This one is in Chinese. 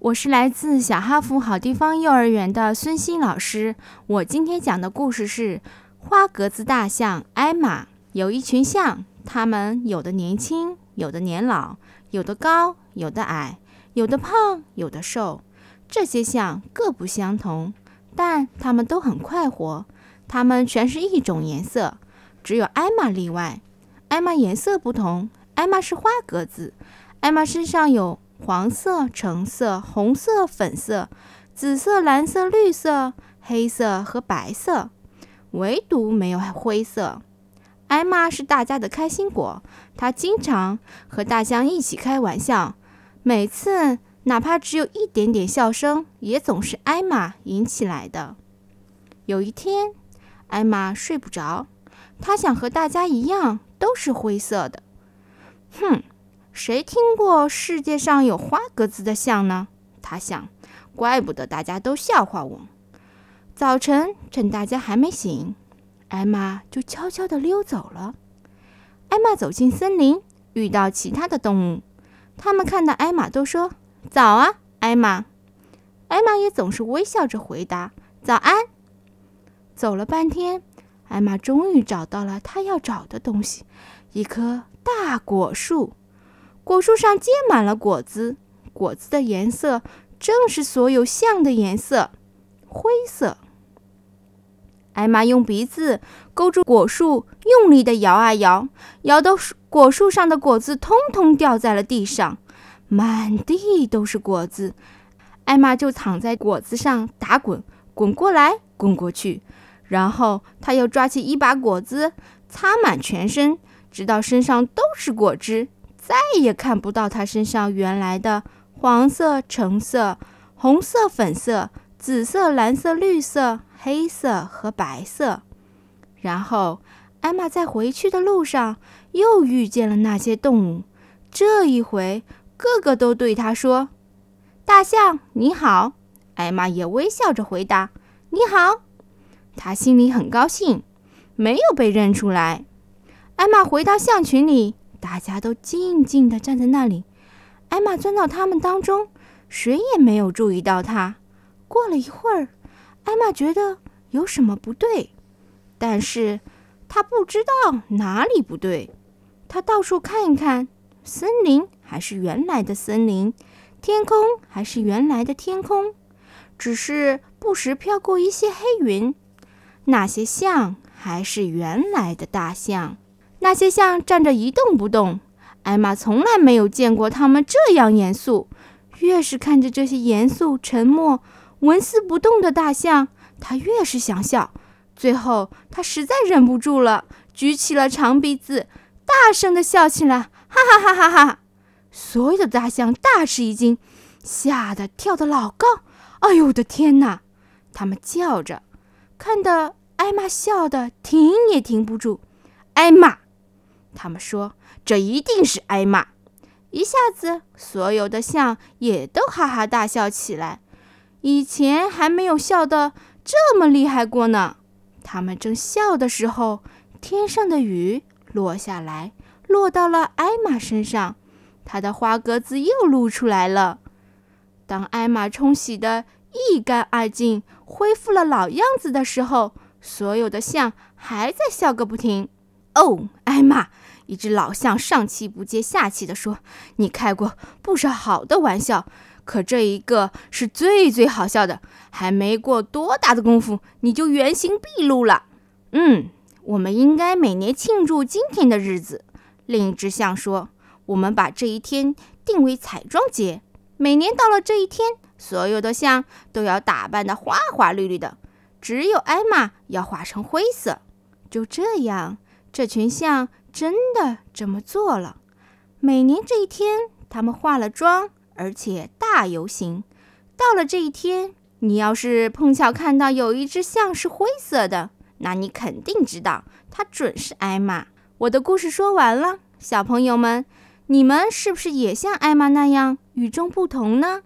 我是来自小哈佛好地方幼儿园的孙欣老师。我今天讲的故事是花格子大象艾玛。有一群象，它们有的年轻，有的年老，有的高，有的矮，有的胖，有的瘦。这些象各不相同，但它们都很快活。它们全是一种颜色，只有艾玛例外。艾玛颜色不同，艾玛是花格子。艾玛身上有黄色、橙色、红色、粉色、紫色、蓝色、绿色、黑色和白色，唯独没有灰色。艾玛是大家的开心果，她经常和大象一起开玩笑，每次哪怕只有一点点笑声，也总是艾玛引起来的。有一天，艾玛睡不着，她想和大家一样都是灰色的。谁听过世界上有花格子的象呢？他想，怪不得大家都笑话我。早晨，趁大家还没醒，艾玛就悄悄地溜走了。艾玛走进森林，遇到其他的动物，他们看到艾玛都说：“早啊，艾玛。”艾玛也总是微笑着回答：“早安。”走了半天，艾玛终于找到了她要找的东西，一棵大果树。果树上结满了果子，果子的颜色正是所有象的颜色，灰色。艾玛用鼻子勾住果树，用力地摇啊摇，摇到果树上的果子通通掉在了地上，满地都是果子。艾玛就躺在果子上打滚，滚过来，滚过去，然后她又抓起一把果子，擦满全身，直到身上都是果汁。再也看不到他身上原来的黄色、橙色、红色、粉色、紫色、蓝色、绿色、黑色和白色。然后，艾玛在回去的路上又遇见了那些动物，这一回，个个都对他说：“大象，你好。”艾玛也微笑着回答：“你好。”他心里很高兴，没有被认出来。艾玛回到象群里。大家都静静地站在那里，艾玛钻到他们当中，谁也没有注意到她。过了一会儿，艾玛觉得有什么不对，但是她不知道哪里不对。她到处看一看，森林还是原来的森林，天空还是原来的天空，只是不时飘过一些黑云。那些象还是原来的大象。那些象站着一动不动，艾玛从来没有见过他们这样严肃。越是看着这些严肃、沉默、纹丝不动的大象，她越是想笑。最后，她实在忍不住了，举起了长鼻子，大声地笑起来，哈哈哈哈哈！所有的大象大吃一惊，吓得跳得老高。哎呦我的天哪！他们叫着，看得艾玛笑得停也停不住。艾玛！他们说，这一定是艾玛。一下子，所有的象也都哈哈大笑起来，以前还没有笑得这么厉害过呢。他们正笑的时候，天上的雨落下来，落到了艾玛身上，她的花格子又露出来了。当艾玛冲洗得一干二净，恢复了老样子的时候，所有的象还在笑个不停。哦，艾玛！一只老象上气不接下气地说：“你开过不少好的玩笑，可这一个是最好笑的，还没过多大的功夫，你就原形毕露了。”我们应该每年庆祝今天的日子。另一只象说：“我们把这一天定为彩妆节，每年到了这一天，所有的象都要打扮得花花绿绿的，只有艾玛要化成灰色。”就这样，这群象真的这么做了。每年这一天，他们化了妆，而且大游行。到了这一天，你要是碰巧看到有一只象是灰色的，那你肯定知道它准是艾玛。我的故事说完了，小朋友们，你们是不是也像艾玛那样与众不同呢？